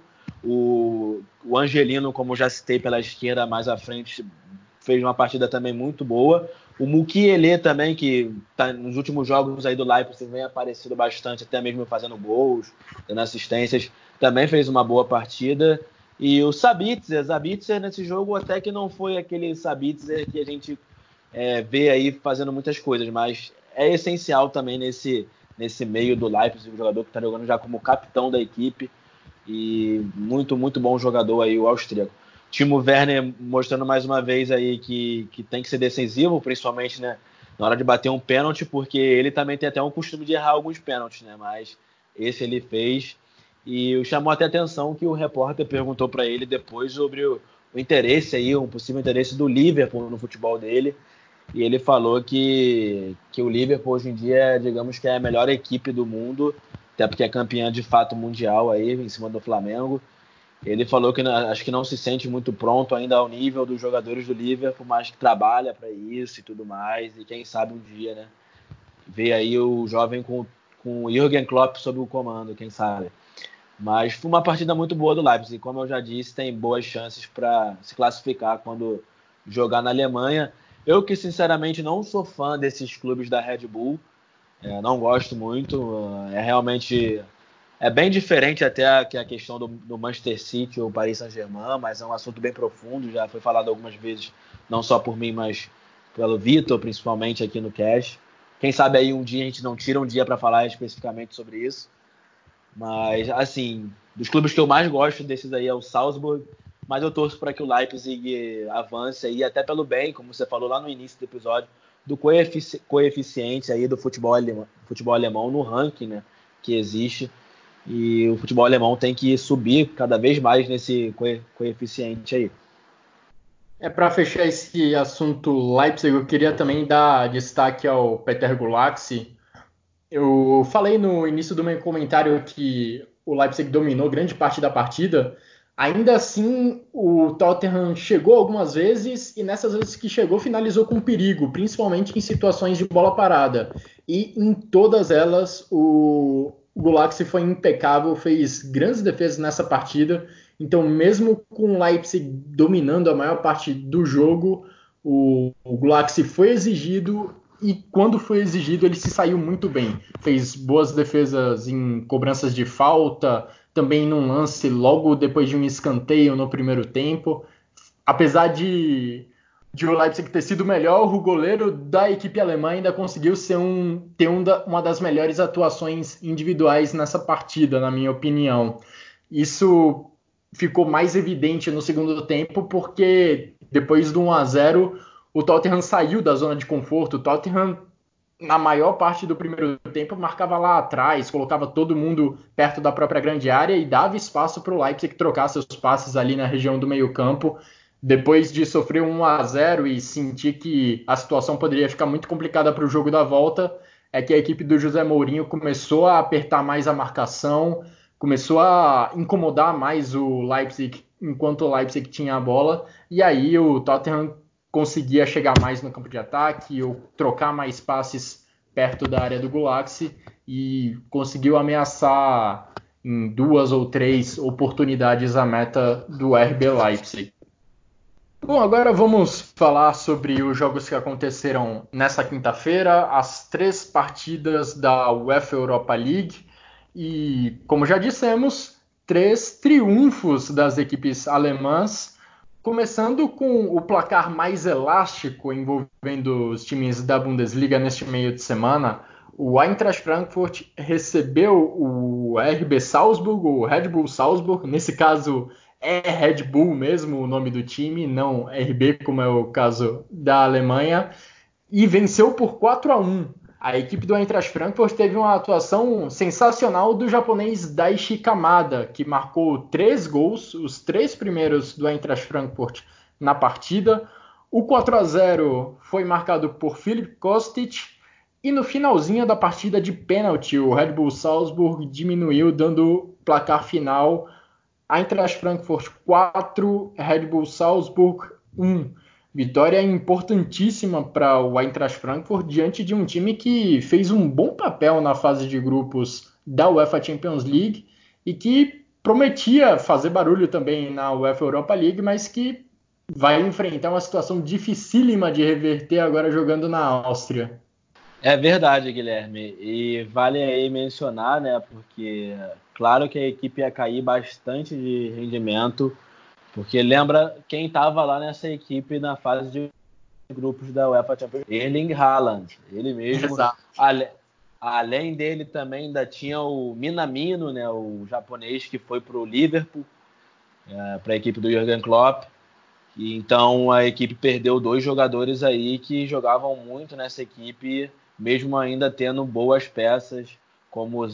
O Angelino, como já citei pela esquerda mais à frente, fez uma partida também muito boa. O Mukiele também, que tá nos últimos jogos aí do Leipzig vem aparecendo bastante, até mesmo fazendo gols, dando assistências, também fez uma boa partida. E o Sabitzer nesse jogo até que não foi aquele Sabitzer que a gente vê aí fazendo muitas coisas, mas é essencial também nesse meio do Leipzig, o jogador que está jogando já como capitão da equipe e muito, muito bom jogador aí, o austríaco. Timo Werner mostrando mais uma vez aí que tem que ser decisivo, principalmente, né, na hora de bater um pênalti, porque ele também tem até um costume de errar alguns pênaltis, né, mas esse ele fez. E chamou até atenção que o repórter perguntou para ele depois sobre o interesse aí, um possível interesse do Liverpool no futebol dele. E ele falou que o Liverpool hoje em dia, digamos que é a melhor equipe do mundo, até porque é campeã de fato mundial aí, em cima do Flamengo. Ele falou que acho que não se sente muito pronto ainda ao nível dos jogadores do Liverpool, mas que trabalha para isso e tudo mais. E quem sabe um dia, né, ver aí o jovem com o Jürgen Klopp sob o comando, quem sabe. Mas foi uma partida muito boa do Leipzig. Como eu já disse, tem boas chances para se classificar quando jogar na Alemanha. Eu que, sinceramente, não sou fã desses clubes da Red Bull. Não gosto muito. Realmente... É bem diferente até que a questão do Manchester City ou Paris Saint-Germain, mas é um assunto bem profundo. Já foi falado algumas vezes, não só por mim, mas pelo Vitor, principalmente aqui no Cast. Quem sabe aí um dia a gente não tira um dia para falar especificamente sobre isso. Mas, assim, dos clubes que eu mais gosto desses aí é o Salzburg, mas eu torço para que o Leipzig avance aí, até pelo bem, como você falou lá no início do episódio, do coeficiente aí do futebol alemão no ranking, né, que existe. E o futebol alemão tem que subir cada vez mais nesse coeficiente aí. Para fechar esse assunto Leipzig, eu queria também dar destaque ao Peter Gulaxi. Eu falei no início do meu comentário que o Leipzig dominou grande parte da partida. Ainda assim, o Tottenham chegou algumas vezes e nessas vezes que chegou, finalizou com perigo, principalmente em situações de bola parada. E em todas elas, o Gulaxi foi impecável, fez grandes defesas nessa partida. Então, mesmo com o Leipzig dominando a maior parte do jogo, o Gulaxi foi exigido e quando foi exigido ele se saiu muito bem. Fez boas defesas em cobranças de falta, também num lance logo depois de um escanteio no primeiro tempo. Apesar de o Leipzig ter sido melhor, o goleiro da equipe alemã ainda conseguiu ter uma das melhores atuações individuais nessa partida, na minha opinião. Isso ficou mais evidente no segundo tempo, porque depois do 1-0, o Tottenham saiu da zona de conforto. O Tottenham, na maior parte do primeiro tempo, marcava lá atrás, colocava todo mundo perto da própria grande área e dava espaço para o Leipzig trocar seus passes ali na região do meio-campo. Depois de sofrer um 1-0 e sentir que a situação poderia ficar muito complicada para o jogo da volta, é que a equipe do José Mourinho começou a apertar mais a marcação, começou a incomodar mais o Leipzig enquanto o Leipzig tinha a bola, e aí o Tottenham conseguia chegar mais no campo de ataque ou trocar mais passes perto da área do Gulaxi e conseguiu ameaçar em 2 ou 3 oportunidades a meta do RB Leipzig. Bom, agora vamos falar sobre os jogos que aconteceram nessa quinta-feira, as 3 partidas da UEFA Europa League. E, como já dissemos, 3 triunfos das equipes alemãs, começando com o placar mais elástico envolvendo os times da Bundesliga neste meio de semana. O Eintracht Frankfurt recebeu o RB Salzburg, o Red Bull Salzburg, nesse caso é Red Bull mesmo o nome do time, não RB, como é o caso da Alemanha, e venceu por 4-1. A equipe do Eintracht Frankfurt teve uma atuação sensacional do japonês Daichi Kamada, que marcou 3 gols, os 3 primeiros do Eintracht Frankfurt na partida. O 4-0 foi marcado por Filip Kostic, e no finalzinho da partida de pênalti, o Red Bull Salzburg diminuiu, dando placar final Eintracht Frankfurt 4, Red Bull Salzburg 1. Vitória importantíssima para o Eintracht Frankfurt diante de um time que fez um bom papel na fase de grupos da UEFA Champions League e que prometia fazer barulho também na UEFA Europa League, mas que vai enfrentar uma situação dificílima de reverter agora jogando na Áustria. É verdade, Guilherme. E vale aí mencionar, né, porque claro que a equipe ia cair bastante de rendimento, porque lembra quem estava lá nessa equipe na fase de grupos da UEFA Champions League? Erling Haaland, ele mesmo. Exato. Além dele também ainda tinha o Minamino, né, o japonês que foi para o Liverpool, para a equipe do Jürgen Klopp. E então a equipe perdeu 2 jogadores aí que jogavam muito nessa equipe, mesmo ainda tendo boas peças, como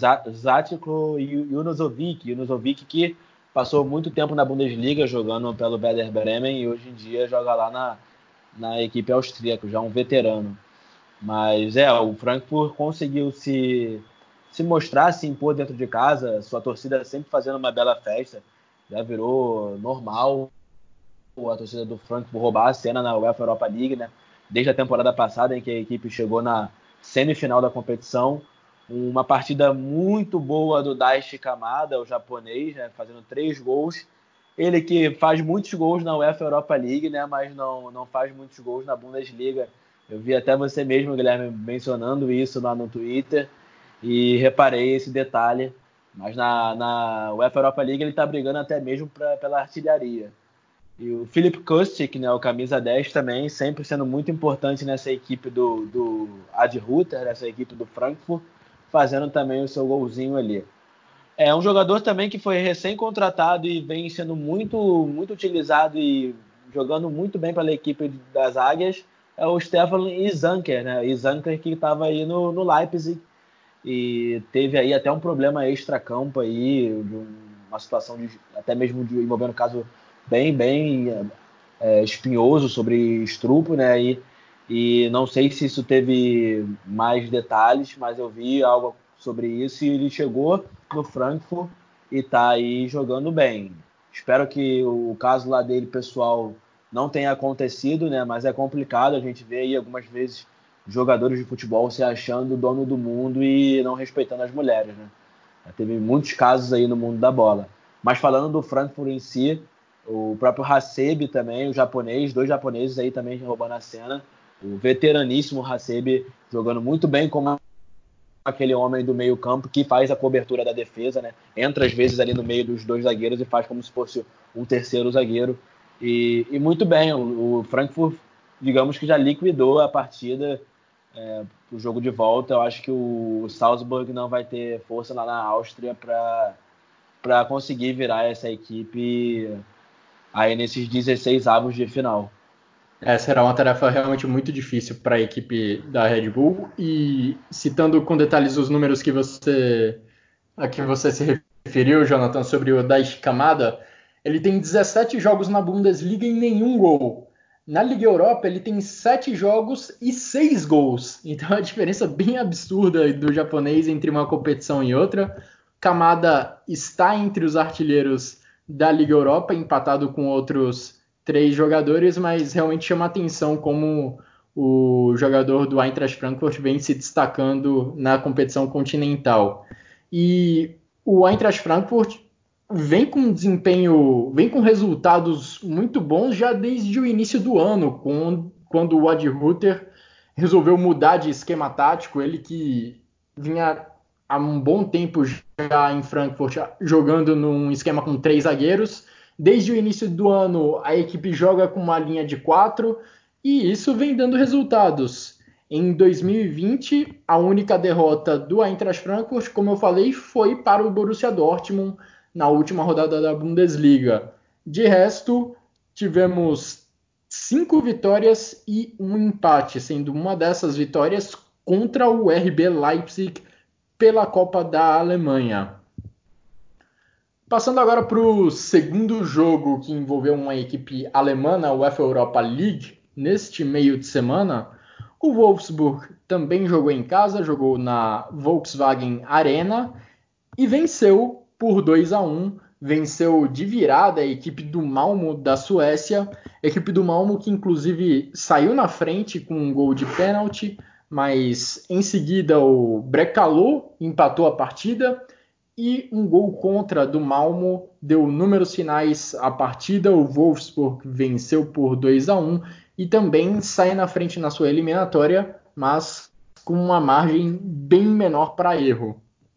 Zlatko e Junuzovic, que passou muito tempo na Bundesliga jogando pelo Werder Bremen e hoje em dia joga lá na equipe austríaca, já um veterano. Mas o Frankfurt conseguiu se mostrar, se impor dentro de casa, sua torcida sempre fazendo uma bela festa, já virou normal a torcida do Frankfurt roubar a cena na UEFA Europa League, né? Desde a temporada passada, em que a equipe chegou na semifinal da competição. Uma partida muito boa do Daichi Kamada, o japonês, né? Fazendo 3 gols. Ele que faz muitos gols na UEFA Europa League, né? Mas não faz muitos gols na Bundesliga. Eu vi até você mesmo, Guilherme, mencionando isso lá no Twitter e reparei esse detalhe. Mas na UEFA Europa League ele está brigando até mesmo pela artilharia. E o Filip Kostic, né, o camisa 10 também, sempre sendo muito importante nessa equipe do Adi Hütter, nessa equipe do Frankfurt, fazendo também o seu golzinho ali. É um jogador também que foi recém-contratado e vem sendo muito, muito utilizado e jogando muito bem pela equipe das Águias, é o Stefan Isanker, né? Isanker que estava aí no Leipzig e teve aí até um problema extra-campo aí, uma situação até mesmo envolvendo um caso bem espinhoso sobre estupro, né? E não sei se isso teve mais detalhes, mas eu vi algo sobre isso e ele chegou no Frankfurt e está aí jogando bem. Espero que o caso lá dele, pessoal, não tenha acontecido, né? Mas é complicado, a gente vê aí algumas vezes jogadores de futebol se achando dono do mundo e não respeitando as mulheres, né? Já teve muitos casos aí no mundo da bola. Mas falando do Frankfurt em si, o próprio Hasebe também, o japonês, 2 japoneses aí também roubando a cena. O veteraníssimo Hasebe jogando muito bem como aquele homem do meio campo que faz a cobertura da defesa, né? Entra às vezes ali no meio dos 2 zagueiros e faz como se fosse um terceiro zagueiro. E muito bem, o Frankfurt, digamos que já liquidou a partida, o jogo de volta. Eu acho que o Salzburg não vai ter força lá na Áustria para conseguir virar essa equipe aí nesses 16 avos de final. Será uma tarefa realmente muito difícil para a equipe da Red Bull. E citando com detalhes os números a que você se referiu, Jonathan, sobre o Daichi Kamada, ele tem 17 jogos na Bundesliga e nenhum gol. Na Liga Europa, ele tem 7 jogos e 6 gols. Então, é uma diferença bem absurda do japonês entre uma competição e outra. Kamada está entre os artilheiros da Liga Europa, empatado com outros 3 jogadores, mas realmente chama atenção como o jogador do Eintracht Frankfurt vem se destacando na competição continental. E o Eintracht Frankfurt vem com resultados muito bons já desde o início do ano, quando o Adi Hütter resolveu mudar de esquema tático, ele que vinha há um bom tempo já em Frankfurt jogando num esquema com 3 zagueiros. Desde o início do ano, a equipe joga com uma linha de 4 e isso vem dando resultados. Em 2020, a única derrota do Eintracht Frankfurt, como eu falei, foi para o Borussia Dortmund na última rodada da Bundesliga. De resto, tivemos 5 vitórias e um empate, sendo uma dessas vitórias contra o RB Leipzig pela Copa da Alemanha. Passando agora para o segundo jogo que envolveu uma equipe alemã na UEFA Europa League, neste meio de semana, o Wolfsburg também jogou em casa, jogou na Volkswagen Arena e venceu por 2-1, venceu de virada a equipe do Malmo da Suécia, equipe do Malmo que inclusive saiu na frente com um gol de pênalti, mas em seguida o Brekalo empatou a partida e um gol contra do Malmo deu números finais à partida. O Wolfsburg venceu por 2-1 e também sai na frente na sua eliminatória, mas com uma margem bem menor para erro.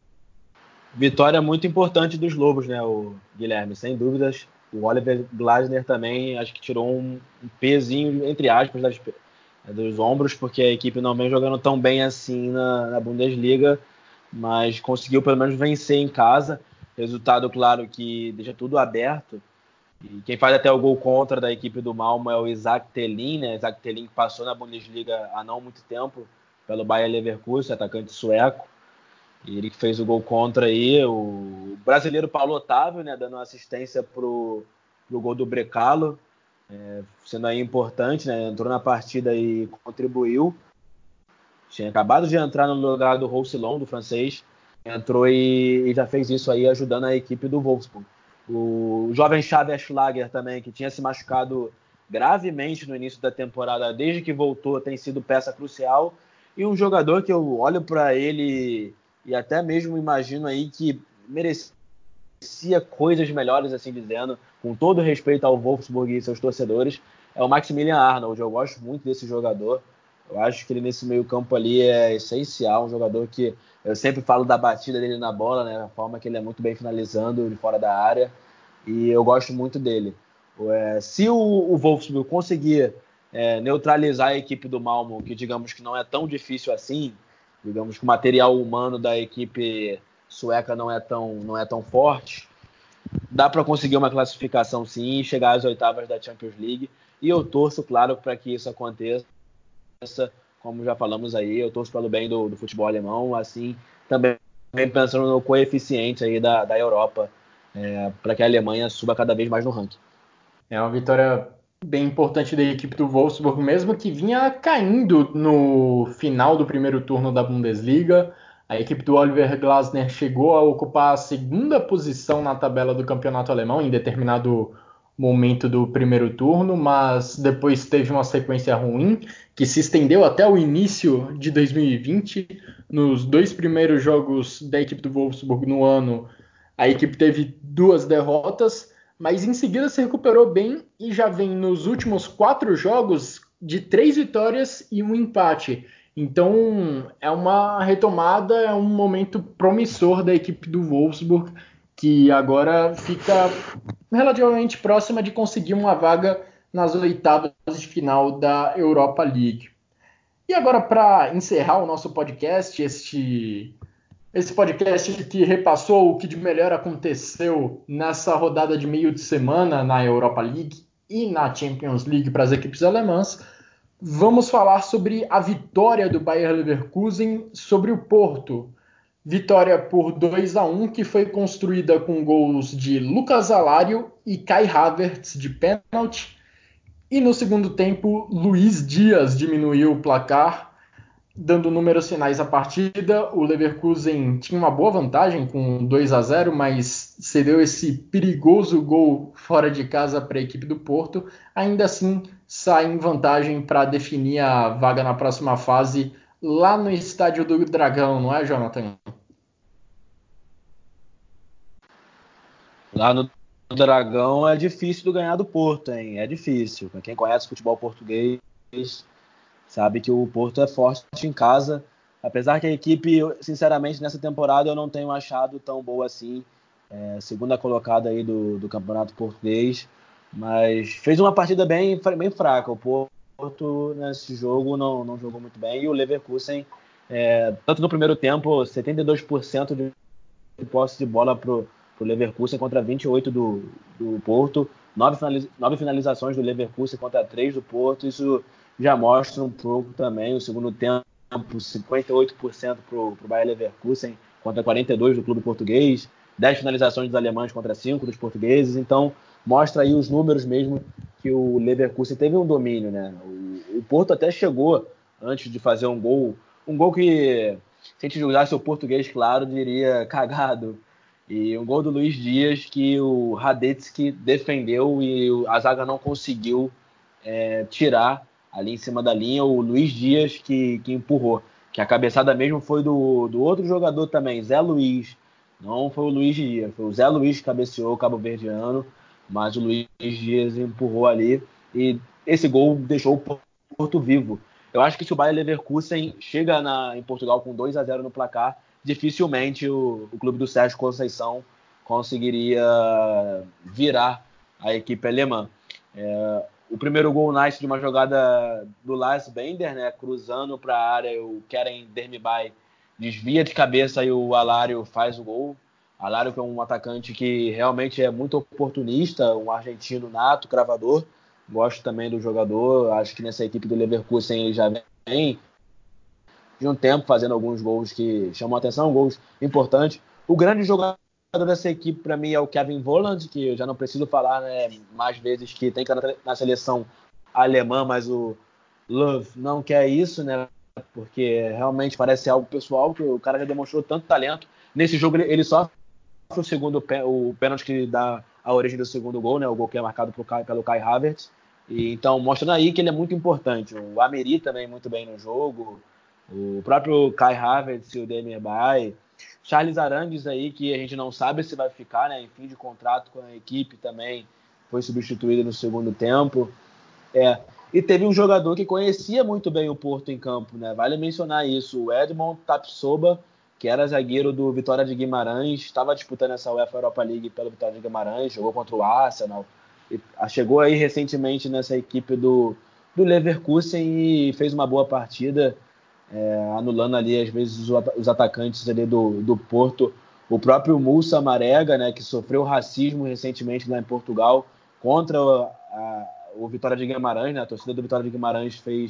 Vitória muito importante dos Lobos, né, o Guilherme? Sem dúvidas. O Oliver Glasner também acho que tirou um pezinho, entre aspas, dos ombros, porque a equipe não vem jogando tão bem assim na Bundesliga, mas conseguiu pelo menos vencer em casa. Resultado, claro, que deixa tudo aberto. E quem faz até o gol contra da equipe do Malmo é o Isaac Thelin, né? Isaac Thelin que passou na Bundesliga há não muito tempo pelo Bayer Leverkusen, atacante sueco. E ele que fez o gol contra aí. O brasileiro Paulo Otávio, né? Dando assistência pro gol do Brekalo, sendo aí importante, né? Entrou na partida e contribuiu. Tinha acabado de entrar no lugar do Roussillon, do francês. Entrou e já fez isso aí, ajudando a equipe do Wolfsburg. O jovem Xavi Schlager também, que tinha se machucado gravemente no início da temporada, desde que voltou, tem sido peça crucial. E um jogador que eu olho para ele e até mesmo imagino aí que merecia coisas melhores, assim dizendo, com todo respeito ao Wolfsburg e seus torcedores, é o Maximilian Arnold. Eu gosto muito desse jogador. Eu acho que ele nesse meio campo ali é essencial, um jogador que eu sempre falo da batida dele na bola, né, a forma que ele é muito bem finalizando de fora da área, e eu gosto muito dele. Se o Wolfsburg conseguir neutralizar a equipe do Malmo, que digamos que não é tão difícil assim, digamos que o material humano da equipe sueca não é tão forte, dá para conseguir uma classificação sim e chegar às oitavas da Champions League, e eu torço, claro, para que isso aconteça como já falamos aí, eu torço pelo bem do futebol alemão, assim, também pensando no coeficiente aí da Europa, para que a Alemanha suba cada vez mais no ranking. É uma vitória bem importante da equipe do Wolfsburg, mesmo que vinha caindo no final do primeiro turno da Bundesliga. A equipe do Oliver Glasner chegou a ocupar a segunda posição na tabela do campeonato alemão em determinado momento do primeiro turno, mas depois teve uma sequência ruim que se estendeu até o início de 2020. Nos 2 primeiros jogos da equipe do Wolfsburg no ano, a equipe teve 2 derrotas, mas em seguida se recuperou bem e já vem nos últimos 4 jogos de 3 vitórias e um empate. Então é uma retomada, é um momento promissor da equipe do Wolfsburg, que agora fica relativamente próxima de conseguir uma vaga nas oitavas de final da Europa League. E agora, para encerrar o nosso podcast, esse podcast que repassou o que de melhor aconteceu nessa rodada de meio de semana na Europa League e na Champions League para as equipes alemãs, vamos falar sobre a vitória do Bayer Leverkusen sobre o Porto. Vitória por 2-1, que foi construída com gols de Lucas Alario e Kai Havertz de pênalti. E no segundo tempo, Luiz Dias diminuiu o placar, dando números finais à partida. O Leverkusen tinha uma boa vantagem com 2-0, mas cedeu esse perigoso gol fora de casa para a equipe do Porto. Ainda assim, sai em vantagem para definir a vaga na próxima fase lá no Estádio do Dragão, não é, Jonathan? Lá no Dragão é difícil ganhar do Porto, hein? É difícil. Para quem conhece futebol português, sabe que o Porto é forte em casa. Apesar que a equipe, sinceramente, nessa temporada eu não tenho achado tão boa assim. Segunda colocada aí do Campeonato Português. Mas fez uma partida bem fraca. O Porto, nesse jogo, não jogou muito bem. E o Leverkusen, tanto no primeiro tempo, 72% de posse de bola pro Leverkusen contra 28% do Porto. 9 finalizações do Leverkusen contra 3 do Porto. Isso já mostra um pouco também. O segundo tempo, 58% pro Bayer Leverkusen contra 42% do clube português. 10 finalizações dos alemães contra 5 dos portugueses. Então, mostra aí os números mesmo que o Leverkusen teve um domínio, né? O Porto até chegou antes de fazer um gol que, se a gente usasse o português, claro, diria cagado. E um gol do Luiz Dias que o Radetzky defendeu e a zaga não conseguiu tirar ali em cima da linha. O Luiz Dias que empurrou. Que a cabeçada mesmo foi do outro jogador também, Zé Luiz. Não foi o Luiz Dias, foi o Zé Luiz que cabeceou o cabo-verdiano, mas o Luiz Dias empurrou ali e esse gol deixou o Porto vivo. Eu acho que se o Bayer Leverkusen chega em Portugal com 2-0 no placar, dificilmente o clube do Sérgio Conceição conseguiria virar a equipe alemã. O primeiro gol nasce de uma jogada do Lars Bender, né, cruzando para a área, o Kerem Demirbay desvia de cabeça e o Alario faz o gol. Alario, que é um atacante que realmente é muito oportunista, um argentino nato, cravador. Gosto também do jogador. Acho que nessa equipe do Leverkusen ele já vem de um tempo fazendo alguns gols que chamam a atenção, gols importantes. O grande jogador dessa equipe para mim é o Kevin Volland, que eu já não preciso falar, né, mais vezes que tem que estar na seleção alemã, mas o Löw não quer isso, né? Porque realmente parece algo pessoal, que o cara já demonstrou tanto talento. Nesse jogo ele sofre o pênalti que dá a origem do segundo gol, né? O gol que é marcado pelo Kai Havertz. E então mostrando aí que ele é muito importante. O Ameri também muito bem no jogo. O próprio Kai Havertz e o Demirbay. Charles Arangues aí, que a gente não sabe se vai ficar, né? Em fim de contrato com a equipe também, foi substituído no segundo tempo. E teve um jogador que conhecia muito bem o Porto em campo, né? Vale mencionar isso, o Edmond Tapsoba, que era zagueiro do Vitória de Guimarães, estava disputando essa UEFA Europa League pelo Vitória de Guimarães, jogou contra o Arsenal, chegou aí recentemente nessa equipe do Leverkusen e fez uma boa partida, anulando ali às vezes os atacantes ali do Porto. O próprio Moussa Marega, né, que sofreu racismo recentemente lá em Portugal contra o Vitória de Guimarães, né? A torcida do Vitória de Guimarães fez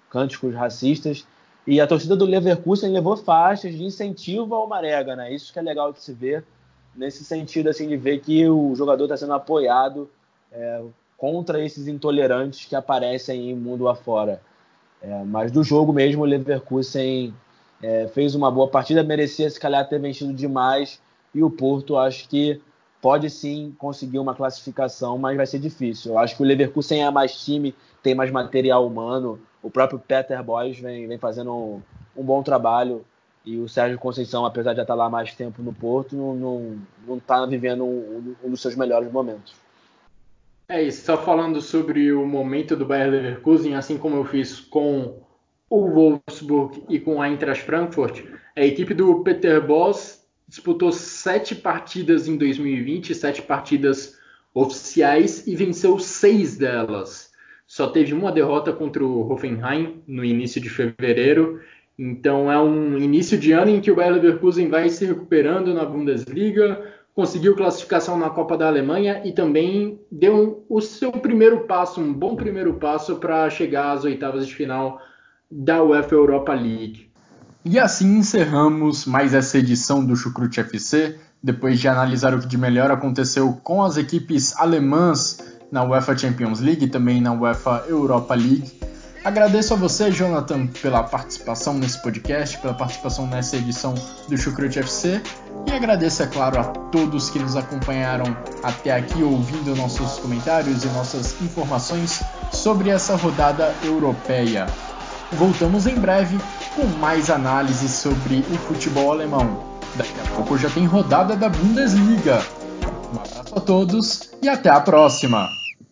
cânticos racistas. E a torcida do Leverkusen levou faixas de incentivo ao Marega, né? Isso que é legal de se ver, nesse sentido assim, de ver que o jogador está sendo apoiado contra esses intolerantes que aparecem em mundo afora. Mas do jogo mesmo, o Leverkusen fez uma boa partida, merecia se calhar ter vencido demais, e o Porto acho que pode sim conseguir uma classificação, mas vai ser difícil. Eu acho que o Leverkusen é mais time, tem mais material humano, o próprio Peter Bosz vem fazendo um bom trabalho, e o Sérgio Conceição, apesar de já estar lá mais tempo no Porto, não está vivendo um dos seus melhores momentos. E só falando sobre o momento do Bayer Leverkusen, assim como eu fiz com o Wolfsburg e com a Eintracht Frankfurt, a equipe do Peter Bosz disputou 7 partidas em 2020, 7 partidas oficiais, e venceu 6 delas. Só teve uma derrota contra o Hoffenheim no início de fevereiro. Então é um início de ano em que o Bayer Leverkusen vai se recuperando na Bundesliga, conseguiu classificação na Copa da Alemanha e também deu o seu primeiro passo, um bom primeiro passo para chegar às oitavas de final da UEFA Europa League. E assim encerramos mais essa edição do Chucrute FC, depois de analisar o que de melhor aconteceu com as equipes alemãs na UEFA Champions League e também na UEFA Europa League. Agradeço a você, Jonathan, pela participação nesse podcast, pela participação nessa edição do Chucrute FC, e agradeço, é claro, a todos que nos acompanharam até aqui, ouvindo nossos comentários e nossas informações sobre essa rodada europeia. Voltamos em breve com mais análises sobre o futebol alemão. Daqui a pouco já tem rodada da Bundesliga. Um abraço a todos e até a próxima!